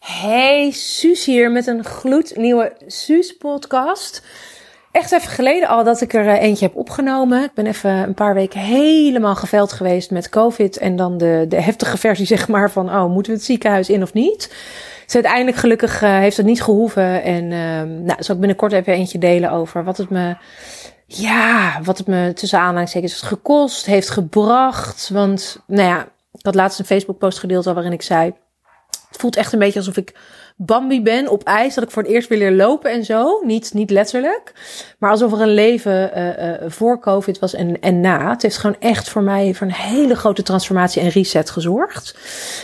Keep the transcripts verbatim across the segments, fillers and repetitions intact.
Hey, Suus hier met een gloednieuwe Suus-podcast. Echt even geleden al dat ik er eentje heb opgenomen. Ik ben even een paar weken helemaal geveld geweest met COVID. En dan de, de heftige versie zeg maar van, oh, moeten we het ziekenhuis in of niet? Dus uiteindelijk gelukkig uh, heeft het niet gehoeven. En uh, nou, zal ik binnenkort even eentje delen over wat het me... Ja, wat het me tussen aanhalingstekens heeft gekost, heeft gebracht. Want, nou ja, ik had laatst een Facebook-post gedeeld al waarin ik zei... Het voelt echt een beetje alsof ik Bambi ben op ijs. Dat ik voor het eerst weer leer lopen en zo. Niet, niet letterlijk. Maar alsof er een leven uh, uh, voor COVID was en, en na. Het heeft gewoon echt voor mij voor een hele grote transformatie en reset gezorgd.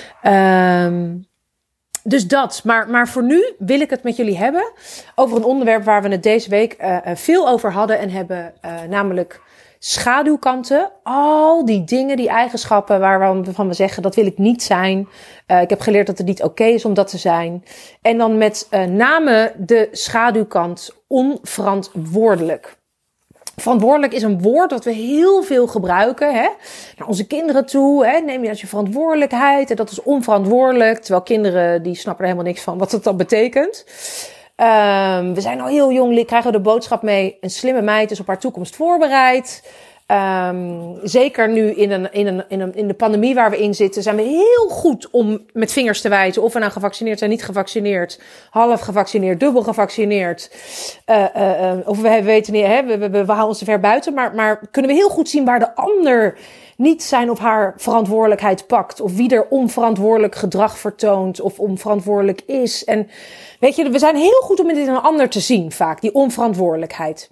Um, dus dat. Maar, maar voor nu wil ik het met jullie hebben over een onderwerp waar we het deze week uh, veel over hadden en hebben. Uh, namelijk schaduwkanten. Al die dingen, die eigenschappen waarvan we zeggen dat wil ik niet zijn. Uh, ik heb geleerd dat het niet oké okay is om dat te zijn. En dan met uh, name de schaduwkant onverantwoordelijk. Verantwoordelijk is een woord dat we heel veel gebruiken. Hè? Naar onze kinderen toe. Hè? Neem je als je verantwoordelijkheid. En dat is onverantwoordelijk. Terwijl kinderen die snappen er helemaal niks van wat het dan betekent. Um, we zijn al heel jong, krijgen we de boodschap mee. Een slimme meid is op haar toekomst voorbereid. Um, zeker nu in, een, in, een, in, een, in de pandemie waar we in zitten, zijn we heel goed om met vingers te wijzen of we nou gevaccineerd zijn, niet gevaccineerd, half gevaccineerd, dubbel gevaccineerd. Uh, uh, uh, of we weten niet, hè, we, we, we houden ons te ver buiten, maar, maar kunnen we heel goed zien waar de ander niet zijn of haar verantwoordelijkheid pakt. Of wie er onverantwoordelijk gedrag vertoont of onverantwoordelijk is. En weet je, we zijn heel goed om dit in een ander te zien vaak, die onverantwoordelijkheid.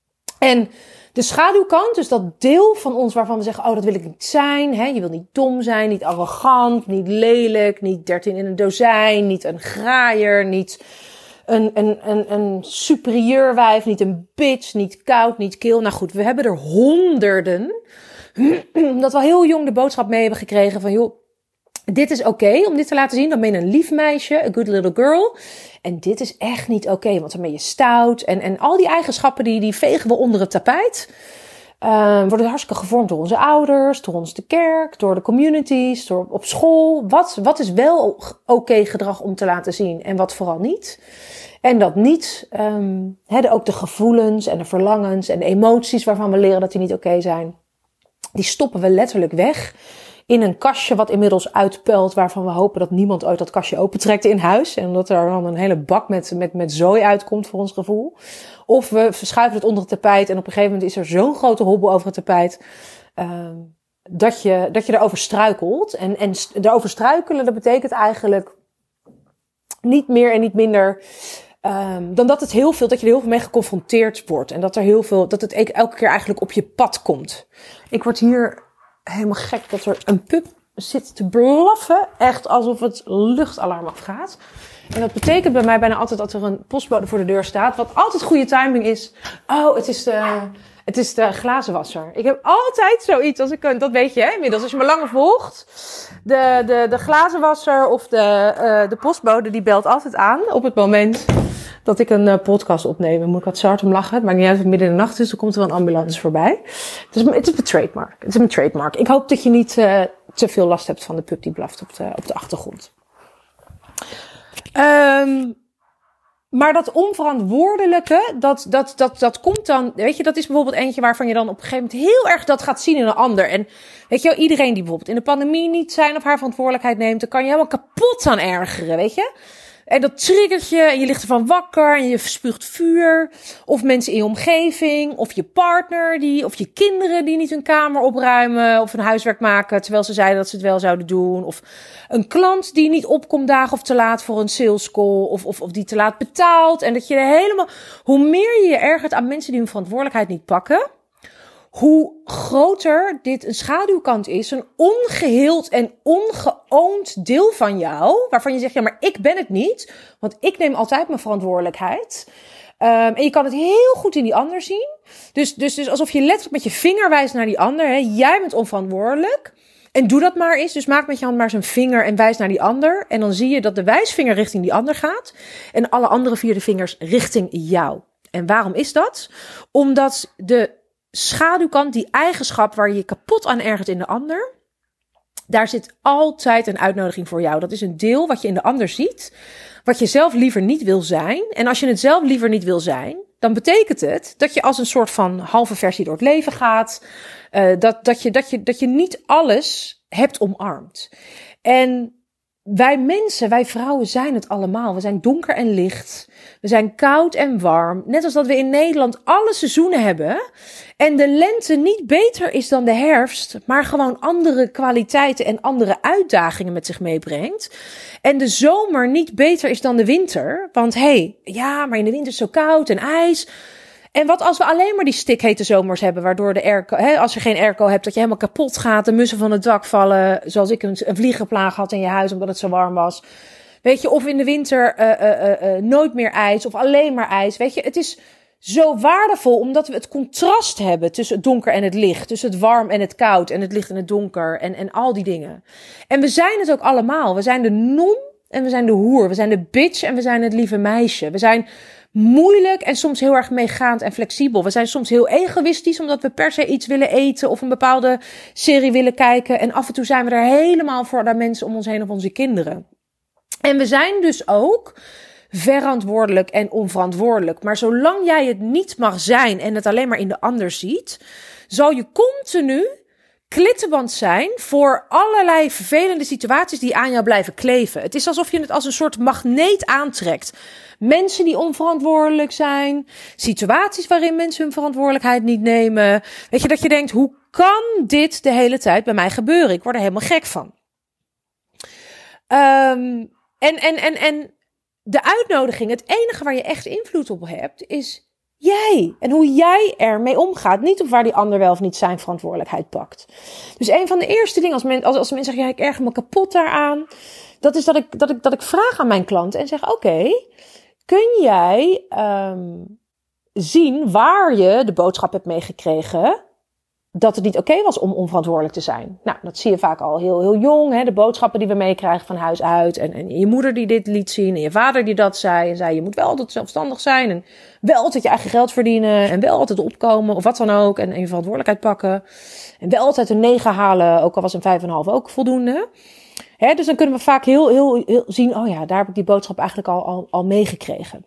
En de schaduwkant, dus dat deel van ons waarvan we zeggen, oh, dat wil ik niet zijn. Hè? Je wil niet dom zijn, niet arrogant, niet lelijk, niet dertien in een dozijn, niet een graaier, niet een, een, een, een superieur wijf, niet een bitch, niet koud, niet kil. Nou goed, we hebben er honderden. Dat we al heel jong de boodschap mee hebben gekregen van, joh, dit is oké okay om dit te laten zien. Dan ben je een lief meisje, a good little girl. En dit is echt niet oké, okay, want dan ben je stout. En, en al die eigenschappen, die, die vegen we onder het tapijt. Uh, worden hartstikke gevormd door onze ouders, door ons de kerk, door de communities, door op school. Wat, wat is wel oké okay gedrag om te laten zien en wat vooral niet? En dat niet, um, he, ook de gevoelens en de verlangens en de emoties waarvan we leren dat die niet oké okay zijn. Die stoppen we letterlijk weg in een kastje wat inmiddels uitpuilt, waarvan we hopen dat niemand ooit dat kastje opentrekt in huis. En dat er dan een hele bak met, met, met zooi uitkomt voor ons gevoel. Of we verschuiven het onder het tapijt en op een gegeven moment is er zo'n grote hobbel over het tapijt, uh, dat je, dat je erover struikelt. En, en erover struikelen, dat betekent eigenlijk niet meer en niet minder Um, dan dat het heel veel, dat je er heel veel mee geconfronteerd wordt. En dat er heel veel, dat het elke keer eigenlijk op je pad komt. Ik word hier helemaal gek dat er een pup zit te blaffen. Echt alsof het luchtalarm afgaat. En dat betekent bij mij bijna altijd dat er een postbode voor de deur staat. Wat altijd goede timing is. Oh, het is de, het is de glazenwasser. Ik heb altijd zoiets, als ik, dat weet je hè, inmiddels, als je me langer volgt. De, de, de glazenwasser of de, uh, de postbode, die belt altijd aan op het moment dat ik een uh, podcast opneem. Dan moet ik wat zo hard om lachen. Het maakt niet uit of het midden in de nacht is, dan komt er wel een ambulance voorbij. Dus het is mijn trademark. Het is mijn trademark. Ik hoop dat je niet uh, te veel last hebt van de pup die blaft op de, op de achtergrond. Um, maar dat onverantwoordelijke, dat, dat, dat, dat komt dan, weet je, dat is bijvoorbeeld eentje waarvan je dan op een gegeven moment heel erg dat gaat zien in een ander. En weet je wel, iedereen die bijvoorbeeld in de pandemie niet zijn of haar verantwoordelijkheid neemt, dan kan je helemaal kapot aan ergeren, weet je. En dat triggert je en je ligt ervan wakker en je spuugt vuur. Of mensen in je omgeving, of je partner, die, of je kinderen die niet hun kamer opruimen of hun huiswerk maken terwijl ze zeiden dat ze het wel zouden doen. Of een klant die niet opkomt dagen of te laat voor een sales call of, of, of die te laat betaalt. En dat je er helemaal, hoe meer je je ergert aan mensen die hun verantwoordelijkheid niet pakken, hoe groter dit een schaduwkant is, een ongeheeld en ongeoond deel van jou, waarvan je zegt, ja, maar ik ben het niet, want ik neem altijd mijn verantwoordelijkheid. Um, en je kan het heel goed in die ander zien. Dus, dus, dus alsof je letterlijk met je vinger wijst naar die ander. Hè. Jij bent onverantwoordelijk. En doe dat maar eens. Dus maak met je hand maar zo'n vinger en wijs naar die ander. En dan zie je dat de wijsvinger richting die ander gaat. En alle andere vierde vingers richting jou. En waarom is dat? Omdat de schaduwkant, die eigenschap waar je je kapot aan ergert in de ander, Daar zit altijd een uitnodiging voor jou. Dat is een deel wat je in de ander ziet, wat je zelf liever niet wil zijn. En als je het zelf liever niet wil zijn, dan betekent het dat je als een soort van halve versie door het leven gaat. Uh, dat, dat, je, dat, je, dat je niet alles hebt omarmd. En wij mensen, wij vrouwen zijn het allemaal. We zijn donker en licht. We zijn koud en warm. Net als dat we in Nederland alle seizoenen hebben. En de lente niet beter is dan de herfst, maar gewoon andere kwaliteiten en andere uitdagingen met zich meebrengt. En de zomer niet beter is dan de winter. Want hé, hey, ja, maar in de winter is het zo koud en ijs. En wat als we alleen maar die stikhete zomers hebben, waardoor de airco, hè, als je geen airco hebt, dat je helemaal kapot gaat, de mussen van het dak vallen, zoals ik een, een vliegenplaag had in je huis omdat het zo warm was. Weet je, of in de winter uh, uh, uh, uh, nooit meer ijs of alleen maar ijs. Weet je, het is zo waardevol omdat we het contrast hebben tussen het donker en het licht, tussen het warm en het koud en het licht en het donker en, en al die dingen. En we zijn het ook allemaal. We zijn de non en we zijn de hoer. We zijn de bitch en we zijn het lieve meisje. We zijn moeilijk en soms heel erg meegaand en flexibel. We zijn soms heel egoïstisch omdat we per se iets willen eten of een bepaalde serie willen kijken. En af en toe zijn we er helemaal voor de mensen om ons heen of onze kinderen. En we zijn dus ook verantwoordelijk en onverantwoordelijk. Maar zolang jij het niet mag zijn en het alleen maar in de ander ziet, zal je continu klittenband zijn voor allerlei vervelende situaties die aan jou blijven kleven. Het is alsof je het als een soort magneet aantrekt. Mensen die onverantwoordelijk zijn, situaties waarin mensen hun verantwoordelijkheid niet nemen. Weet je, dat je denkt, hoe kan dit de hele tijd bij mij gebeuren? Ik word er helemaal gek van. Um, en, en, en, en de uitnodiging, het enige waar je echt invloed op hebt, is jij. En hoe jij ermee omgaat. Niet of waar die ander wel of niet zijn verantwoordelijkheid pakt. Dus een van de eerste dingen als, men, als, als mensen zeggen, ja, ik erger me kapot daaraan. Dat is dat ik, dat ik, dat ik vraag aan mijn klant en zeg, oké, okay, kun jij um, zien waar je de boodschap hebt meegekregen dat het niet oké okay was om onverantwoordelijk te zijn? Nou, dat zie je vaak al heel, heel jong. Hè? De boodschappen die we meekrijgen van huis uit. En, en je moeder die dit liet zien. En je vader die dat zei. En zei, je moet wel altijd zelfstandig zijn. En wel altijd je eigen geld verdienen. En wel altijd opkomen. Of wat dan ook. En, en je verantwoordelijkheid pakken. En wel altijd een negen halen. Ook al was een vijf en een half ook voldoende. Hè? Dus dan kunnen we vaak heel, heel, heel zien. Oh ja, daar heb ik die boodschap eigenlijk al, al, al meegekregen.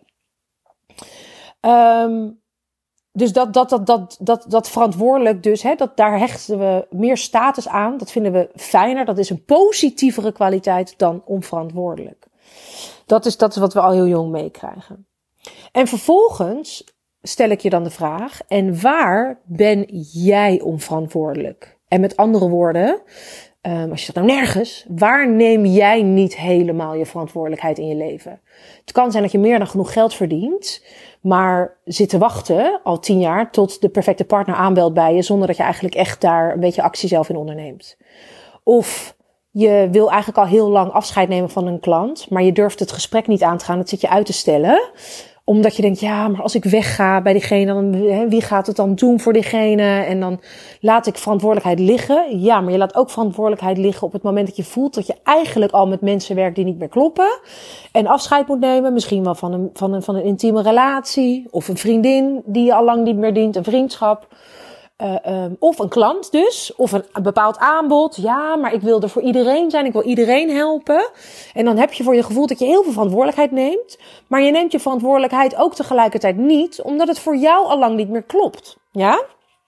Um, Dus dat, dat, dat, dat, dat, dat verantwoordelijk dus, hè, dat, daar hechten we meer status aan. Dat vinden we fijner. Dat is een positievere kwaliteit dan onverantwoordelijk. Dat is, dat is wat we al heel jong meekrijgen. En vervolgens stel ik je dan de vraag, en waar ben jij onverantwoordelijk? En met andere woorden, um, als je zegt nou nergens, waar neem jij niet helemaal je verantwoordelijkheid in je leven? Het kan zijn dat je meer dan genoeg geld verdient, maar zit te wachten al tien jaar tot de perfecte partner aanbelt bij je, zonder dat je eigenlijk echt daar een beetje actie zelf in onderneemt. Of je wil eigenlijk al heel lang afscheid nemen van een klant, maar je durft het gesprek niet aan te gaan, dat zit je uit te stellen. Omdat je denkt, ja, maar als ik wegga bij diegene, dan, hè, wie gaat het dan doen voor diegene? En dan laat ik verantwoordelijkheid liggen. Ja, maar je laat ook verantwoordelijkheid liggen op het moment dat je voelt dat je eigenlijk al met mensen werkt die niet meer kloppen. En afscheid moet nemen, misschien wel van een, van een, van een intieme relatie. Of een vriendin die je al lang niet meer dient, een vriendschap. Uh, um, of een klant dus, of een, een bepaald aanbod. Ja, maar ik wil er voor iedereen zijn, ik wil iedereen helpen. En dan heb je voor je gevoel dat je heel veel verantwoordelijkheid neemt. Maar je neemt je verantwoordelijkheid ook tegelijkertijd niet, omdat het voor jou al lang niet meer klopt. Ja?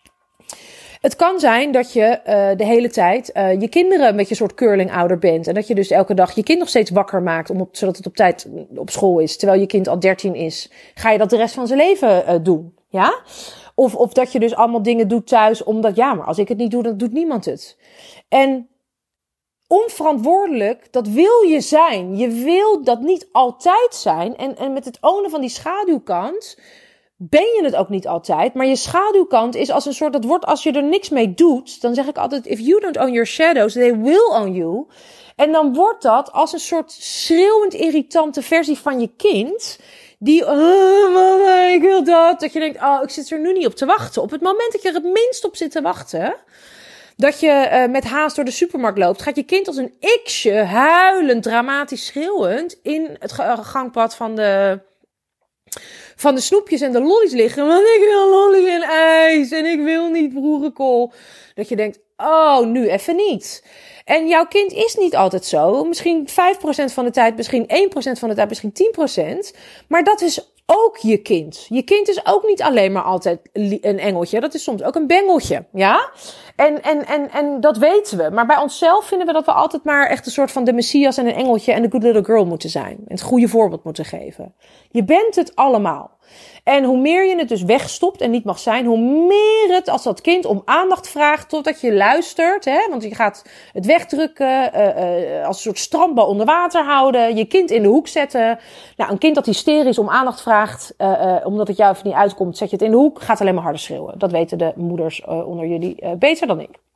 Het kan zijn dat je uh, de hele tijd uh, je kinderen een beetje een soort curling-ouder bent. En dat je dus elke dag je kind nog steeds wakker maakt, om op, zodat het op tijd op school is. Terwijl je kind al dertien is. Ga je dat de rest van zijn leven uh, doen? Ja? Of, of dat je dus allemaal dingen doet thuis, omdat ja, maar als ik het niet doe, dan doet niemand het. En onverantwoordelijk, dat wil je zijn. Je wil dat niet altijd zijn. En, en met het ownen van die schaduwkant ben je het ook niet altijd. Maar je schaduwkant is als een soort, dat wordt als je er niks mee doet. Dan zeg ik altijd, if you don't own your shadows, they will own you. En dan wordt dat als een soort schreeuwend irritante versie van je kind, die, oh mama, ik wil dat. Dat je denkt, oh, ik zit er nu niet op te wachten. Op het moment dat je er het minst op zit te wachten, dat je uh, met haast door de supermarkt loopt, gaat je kind als een iksje, huilend, dramatisch schreeuwend, in het gangpad van de, van de snoepjes en de lollies liggen. Want ik wil lolly en ijs en ik wil niet boerenkool. Dat je denkt, oh, nu even niet. En jouw kind is niet altijd zo. Misschien vijf procent van de tijd, misschien één procent van de tijd, misschien tien procent. Maar dat is ook je kind. Je kind is ook niet alleen maar altijd een engeltje. Dat is soms ook een bengeltje, ja? En, en, en, en dat weten we. Maar bij onszelf vinden we dat we altijd maar echt een soort van de messias en een engeltje en de good little girl moeten zijn. En het goede voorbeeld moeten geven. Je bent het allemaal. En hoe meer je het dus wegstopt en niet mag zijn, hoe meer het als dat kind om aandacht vraagt totdat je luistert. Hè? Want je gaat het wegdrukken, uh, uh, als een soort strandbal onder water houden, je kind in de hoek zetten. Nou, een kind dat hysterisch om aandacht vraagt, uh, uh, omdat het jou even niet uitkomt, zet je het in de hoek, gaat alleen maar harder schreeuwen. Dat weten de moeders uh, onder jullie uh, beter dan ik.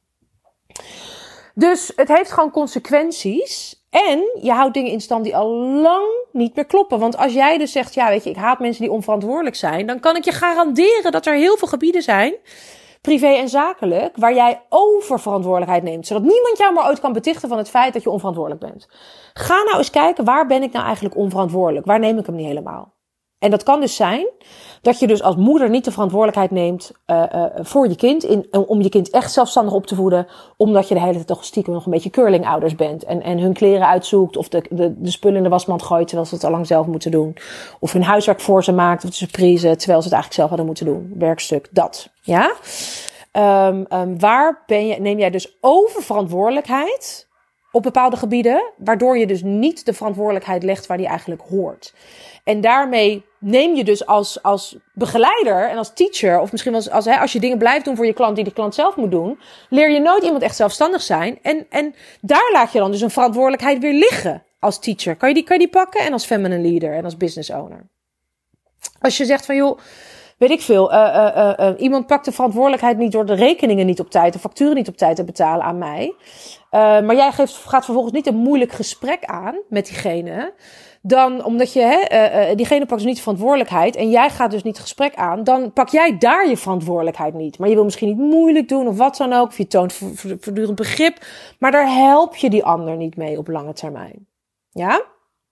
Dus het heeft gewoon consequenties. En je houdt dingen in stand die al lang niet meer kloppen. Want als jij dus zegt, ja weet je, ik haat mensen die onverantwoordelijk zijn, dan kan ik je garanderen dat er heel veel gebieden zijn, privé en zakelijk, waar jij oververantwoordelijkheid neemt. Zodat niemand jou maar ooit kan betichten van het feit dat je onverantwoordelijk bent. Ga nou eens kijken, waar ben ik nou eigenlijk onverantwoordelijk? Waar neem ik hem niet helemaal? En dat kan dus zijn dat je dus als moeder niet de verantwoordelijkheid neemt uh, uh, voor je kind, in, om je kind echt zelfstandig op te voeden, omdat je de hele tijd toch stiekem nog een beetje curlingouders bent en, en hun kleren uitzoekt of de, de, de spullen in de wasmand gooit terwijl ze het al lang zelf moeten doen. Of hun huiswerk voor ze maakt of de surprise terwijl ze het eigenlijk zelf hadden moeten doen. Werkstuk, dat. Ja? Um, um, waar ben je, neem jij dus oververantwoordelijkheid op bepaalde gebieden, waardoor je dus niet de verantwoordelijkheid legt waar die eigenlijk hoort. En daarmee neem je dus als, als begeleider en als teacher, of misschien wel als, als, hè, als je dingen blijft doen voor je klant die de klant zelf moet doen, leer je nooit iemand echt zelfstandig zijn. En, en daar laat je dan dus een verantwoordelijkheid weer liggen als teacher. Kan je die, kan je die pakken? En als feminine leader en als business owner. Als je zegt van joh, weet ik veel, uh, uh, uh, uh, iemand pakt de verantwoordelijkheid niet door de rekeningen niet op tijd, de facturen niet op tijd te betalen aan mij. Uh, maar jij geeft, gaat vervolgens niet een moeilijk gesprek aan met diegene. Dan, omdat je, hè, uh, uh, diegene pakt dus niet de verantwoordelijkheid en jij gaat dus niet het gesprek aan, dan pak jij daar je verantwoordelijkheid niet. Maar je wil misschien niet moeilijk doen of wat dan ook, of je toont voortdurend begrip, maar daar help je die ander niet mee op lange termijn. Ja?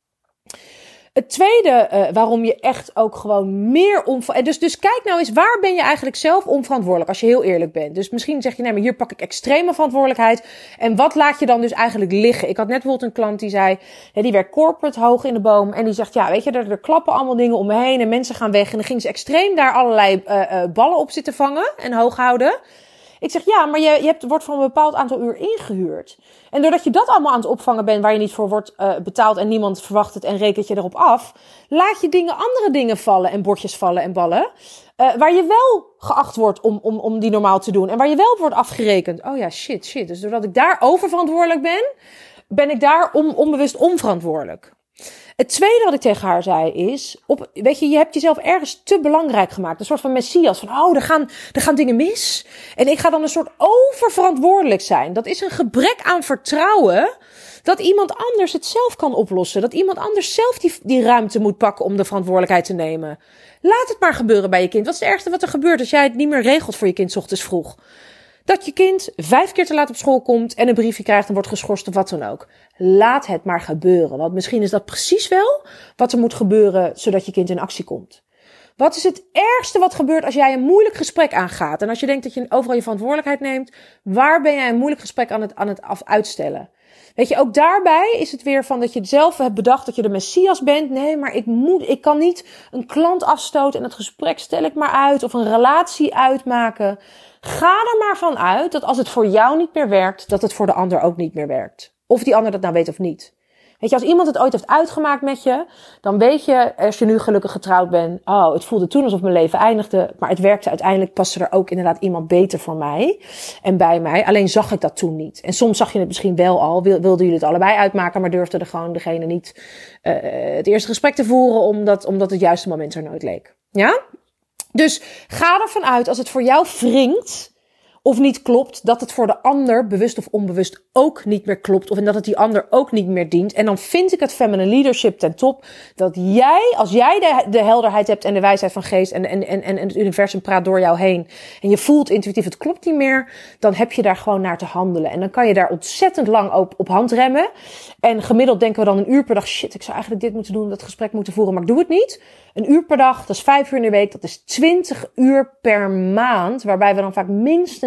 Het tweede uh, waarom je echt ook gewoon meer onverantwoordelijk... Dus, dus kijk nou eens, waar ben je eigenlijk zelf onverantwoordelijk als je heel eerlijk bent? Dus misschien zeg je, nee, maar hier pak ik extreme verantwoordelijkheid. En wat laat je dan dus eigenlijk liggen? Ik had net bijvoorbeeld een klant die zei, hè, die werkt corporate hoog in de boom. En die zegt, ja, weet je, er, er klappen allemaal dingen om me heen en mensen gaan weg. En dan ging ze extreem daar allerlei uh, uh, ballen op zitten vangen en hoog houden. Ik zeg, ja, maar je, je hebt, wordt voor een bepaald aantal uur ingehuurd. En doordat je dat allemaal aan het opvangen bent waar je niet voor wordt uh, betaald en niemand verwacht het en rekent je erop af, laat je dingen, andere dingen vallen en bordjes vallen en ballen, uh, waar je wel geacht wordt om, om, om die normaal te doen en waar je wel wordt afgerekend. Oh ja, shit, shit. Dus doordat ik daar oververantwoordelijk ben, ben ik daar on, onbewust onverantwoordelijk. Het tweede wat ik tegen haar zei is, op, weet je, je hebt jezelf ergens te belangrijk gemaakt. Een soort van messias, van oh, er gaan, er gaan dingen mis. En ik ga dan een soort oververantwoordelijk zijn. Dat is een gebrek aan vertrouwen dat iemand anders het zelf kan oplossen. Dat iemand anders zelf die, die ruimte moet pakken om de verantwoordelijkheid te nemen. Laat het maar gebeuren bij je kind. Wat is het ergste wat er gebeurt als jij het niet meer regelt voor je kind 's ochtends vroeg? Dat je kind vijf keer te laat op school komt en een briefje krijgt en wordt geschorst of wat dan ook. Laat het maar gebeuren. Want misschien is dat precies wel wat er moet gebeuren zodat je kind in actie komt. Wat is het ergste wat gebeurt als jij een moeilijk gesprek aangaat? En als je denkt dat je overal je verantwoordelijkheid neemt, waar ben jij een moeilijk gesprek aan het, aan het af, uitstellen? Weet je, ook daarbij is het weer van dat je zelf hebt bedacht dat je de messias bent. Nee, maar ik moet, ik kan niet een klant afstoten en het gesprek stel ik maar uit of een relatie uitmaken. Ga er maar van uit dat als het voor jou niet meer werkt, dat het voor de ander ook niet meer werkt. Of die ander dat nou weet of niet. Weet je, als iemand het ooit heeft uitgemaakt met je, dan weet je, als je nu gelukkig getrouwd bent, oh, het voelde toen alsof mijn leven eindigde, maar het werkte uiteindelijk, paste er ook inderdaad iemand beter voor mij en bij mij. Alleen zag ik dat toen niet. En soms zag je het misschien wel al, wilden jullie het allebei uitmaken, maar durfde er gewoon degene niet uh, het eerste gesprek te voeren, omdat, omdat het juiste moment er nooit leek. Ja? Dus ga ervan uit, als het voor jou wringt of niet klopt, dat het voor de ander, bewust of onbewust, ook niet meer klopt. Of en dat het die ander ook niet meer dient. En dan vind ik het feminine leadership ten top, dat jij, als jij de, de helderheid hebt en de wijsheid van geest en, en, en, en het universum praat door jou heen, en je voelt intuïtief, het klopt niet meer, dan heb je daar gewoon naar te handelen. En dan kan je daar ontzettend lang op, op handremmen. En gemiddeld denken we dan een uur per dag, shit, ik zou eigenlijk dit moeten doen, dat gesprek moeten voeren, maar ik doe het niet. Een uur per dag, dat is vijf uur in de week, dat is twintig uur per maand, waarbij we dan vaak minstens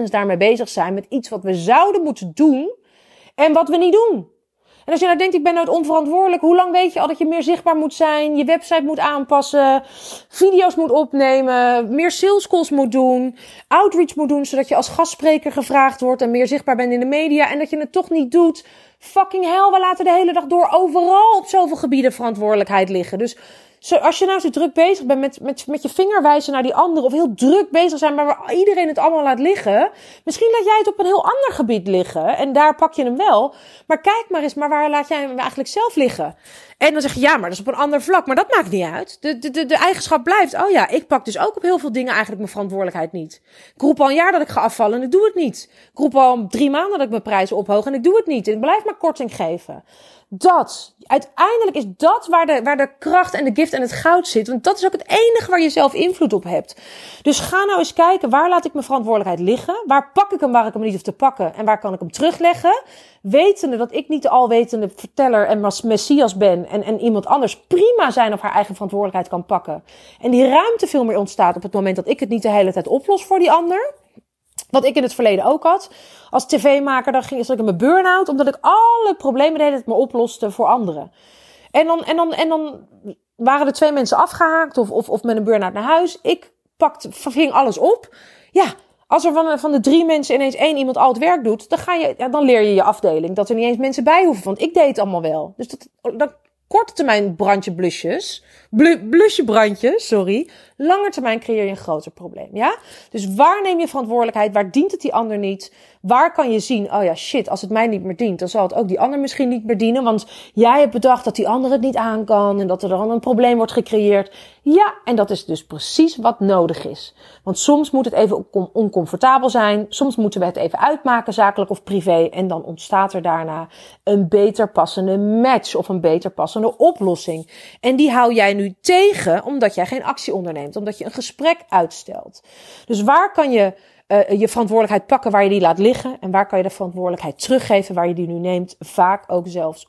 business daarmee bezig zijn met iets wat we zouden moeten doen en wat we niet doen. En als je nou denkt, ik ben nooit onverantwoordelijk, hoe lang weet je al dat je meer zichtbaar moet zijn, je website moet aanpassen, video's moet opnemen, meer sales calls moet doen, outreach moet doen, zodat je als gastspreker gevraagd wordt en meer zichtbaar bent in de media en dat je het toch niet doet. Fucking hell, we laten de hele dag door overal op zoveel gebieden verantwoordelijkheid liggen. Dus zo, als je nou zo druk bezig bent met, met, met je vinger wijzen naar die anderen, of heel druk bezig zijn, maar waar iedereen het allemaal laat liggen, misschien laat jij het op een heel ander gebied liggen en daar pak je hem wel. Maar kijk maar eens, maar waar laat jij hem eigenlijk zelf liggen? En dan zeg je, ja, maar dat is op een ander vlak. Maar dat maakt niet uit. De, de, de, de eigenschap blijft, oh ja, ik pak dus ook op heel veel dingen eigenlijk mijn verantwoordelijkheid niet. Ik roep al een jaar dat ik ga afvallen en ik doe het niet. Ik roep al drie maanden dat ik mijn prijzen ophoog en ik doe het niet. En ik blijf maar korting geven. Dat, uiteindelijk is dat waar de, waar de kracht en de gift en het goud zit. Want dat is ook het enige waar je zelf invloed op hebt. Dus ga nou eens kijken, waar laat ik mijn verantwoordelijkheid liggen? Waar pak ik hem waar ik hem niet hoef te pakken? En waar kan ik hem terugleggen? Wetende dat ik niet de alwetende verteller en messias ben. En, en iemand anders prima zijn of haar eigen verantwoordelijkheid kan pakken. En die ruimte veel meer ontstaat op het moment dat ik het niet de hele tijd oplos voor die ander. Wat ik in het verleden ook had. Als tv-maker, dan ging ik in mijn burn-out. Omdat ik alle problemen deed het maar oploste voor anderen. En dan, en dan, en dan waren er twee mensen afgehaakt. Of, of, of met een burn-out naar huis. Ik pakte, ving alles op. Ja, als er van, van de drie mensen ineens één iemand al het werk doet. Dan, ga je, ja, dan leer je je afdeling. Dat er niet eens mensen bij hoeven. Want ik deed het allemaal wel. Dus dat, dat korte termijn brandje blusjes. Blu, blusje brandjes, sorry. Lange termijn creëer je een groter probleem, ja? Dus waar neem je verantwoordelijkheid? Waar dient het die ander niet? Waar kan je zien, oh ja, shit, als het mij niet meer dient, dan zal het ook die ander misschien niet meer dienen. Want jij hebt bedacht dat die ander het niet aan kan en dat er dan een probleem wordt gecreëerd. Ja, en dat is dus precies wat nodig is. Want soms moet het even oncomfortabel zijn. Soms moeten we het even uitmaken, zakelijk of privé. En dan ontstaat er daarna een beter passende match of een beter passende oplossing. En die hou jij nu tegen omdat jij geen actie onderneemt. Omdat je een gesprek uitstelt. Dus waar kan je uh, je verantwoordelijkheid pakken waar je die laat liggen? En waar kan je de verantwoordelijkheid teruggeven waar je die nu neemt? Vaak ook zelfs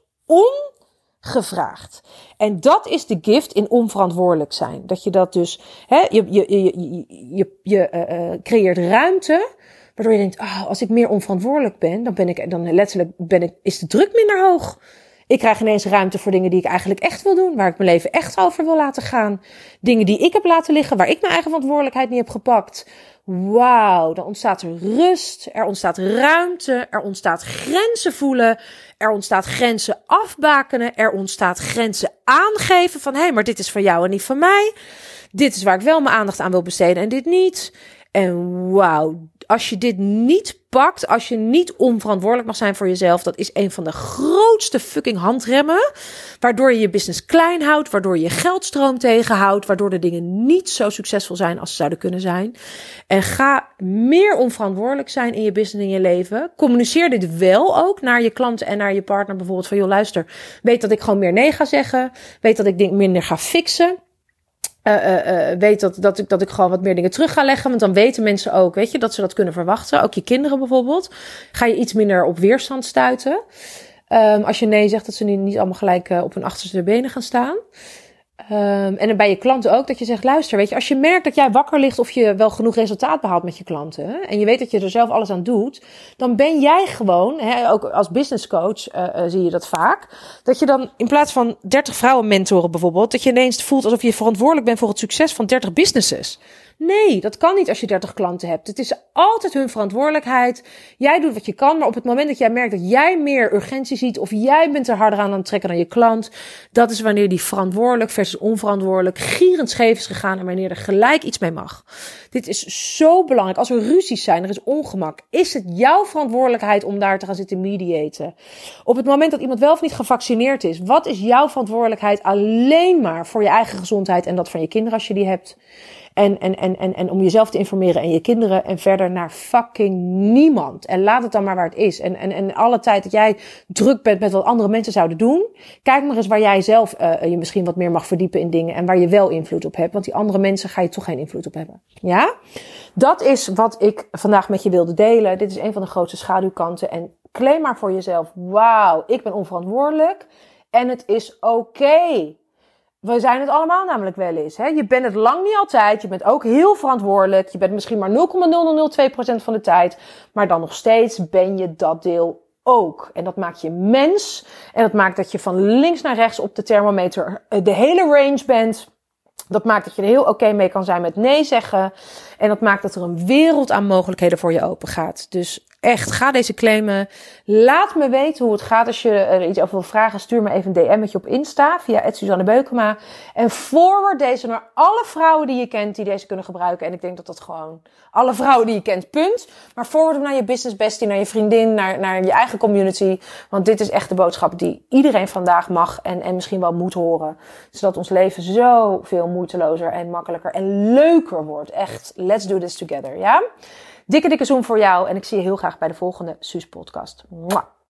ongevraagd. En dat is de gift in onverantwoordelijk zijn. Dat je dat dus, hè, je, je, je, je, je, je uh, creëert ruimte. Waardoor je denkt, oh, als ik meer onverantwoordelijk ben, dan ben ik, dan letterlijk ben ik, is de druk minder hoog. Ik krijg ineens ruimte voor dingen die ik eigenlijk echt wil doen. Waar ik mijn leven echt over wil laten gaan. Dingen die ik heb laten liggen. Waar ik mijn eigen verantwoordelijkheid niet heb gepakt. Wauw, dan ontstaat er rust. Er ontstaat ruimte. Er ontstaat grenzen voelen. Er ontstaat grenzen afbakenen. Er ontstaat grenzen aangeven. Van hé, hey, maar dit is van jou en niet van mij. Dit is waar ik wel mijn aandacht aan wil besteden en dit niet. En wauw, als je dit niet pakt, als je niet onverantwoordelijk mag zijn voor jezelf, dat is een van de grootste fucking handremmen, waardoor je je business klein houdt, waardoor je je geldstroom tegenhoudt, waardoor de dingen niet zo succesvol zijn als ze zouden kunnen zijn. En ga meer onverantwoordelijk zijn in je business en in je leven. Communiceer dit wel ook naar je klanten en naar je partner bijvoorbeeld van, joh, luister, weet dat ik gewoon meer nee ga zeggen, weet dat ik dingen minder ga fixen. Uh, uh, uh, weet dat, dat, ik, dat ik gewoon wat meer dingen terug ga leggen. Want dan weten mensen ook, weet je, dat ze dat kunnen verwachten. Ook je kinderen bijvoorbeeld. Ga je iets minder op weerstand stuiten. Um, als je nee zegt, dat ze niet, niet allemaal gelijk uh, op hun achterste benen gaan staan. Um, en dan bij je klanten ook, dat je zegt, luister, weet je, als je merkt dat jij wakker ligt of je wel genoeg resultaat behaalt met je klanten, hè, en je weet dat je er zelf alles aan doet, dan ben jij gewoon, hè, ook als business coach uh, uh, zie je dat vaak, dat je dan in plaats van dertig vrouwen mentoren bijvoorbeeld, dat je ineens voelt alsof je verantwoordelijk bent voor het succes van dertig businesses. Nee, dat kan niet als je dertig klanten hebt. Het is altijd hun verantwoordelijkheid. Jij doet wat je kan, maar op het moment dat jij merkt dat jij meer urgentie ziet of jij bent er harder aan aan het trekken dan je klant, dat is wanneer die verantwoordelijk versus onverantwoordelijk gierend scheef is gegaan en wanneer er gelijk iets mee mag. Dit is zo belangrijk. Als er ruzies zijn, er is ongemak, is het jouw verantwoordelijkheid om daar te gaan zitten mediaten. Op het moment dat iemand wel of niet gevaccineerd is, wat is jouw verantwoordelijkheid alleen maar voor je eigen gezondheid en dat van je kinderen als je die hebt? En, en, en, en, en om jezelf te informeren en je kinderen en verder naar fucking niemand. En laat het dan maar waar het is. En, en, en alle tijd dat jij druk bent met wat andere mensen zouden doen, kijk maar eens waar jij zelf uh, je misschien wat meer mag verdiepen in dingen en waar je wel invloed op hebt. Want die andere mensen ga je toch geen invloed op hebben. Ja? Dat is wat ik vandaag met je wilde delen. Dit is een van de grootste schaduwkanten. En claim maar voor jezelf, wauw, ik ben onverantwoordelijk. En het is oké. Okay. we zijn het allemaal namelijk wel eens. Hè? Je bent het lang niet altijd. Je bent ook heel verantwoordelijk. Je bent misschien maar nul komma nul nul nul twee procent van de tijd. Maar dan nog steeds ben je dat deel ook. En dat maakt je mens. En dat maakt dat je van links naar rechts op de thermometer de hele range bent. Dat maakt dat je er heel oké mee kan zijn met nee zeggen. En dat maakt dat er een wereld aan mogelijkheden voor je open gaat. Dus echt, ga deze claimen. Laat me weten hoe het gaat. Als je er iets over wil vragen, stuur me even een D M'tje op Insta via at Suzanne Beukema. En forward deze naar alle vrouwen die je kent die deze kunnen gebruiken. En ik denk dat dat gewoon alle vrouwen die je kent, punt. Maar forward hem naar je business bestie, naar je vriendin, naar, naar je eigen community. Want dit is echt de boodschap die iedereen vandaag mag en, en misschien wel moet horen. Zodat ons leven zoveel moeitelozer en makkelijker en leuker wordt. Echt, let's do this together, ja? Dikke, dikke zoen voor jou en ik zie je heel graag bij de volgende Suus podcast. Mwah.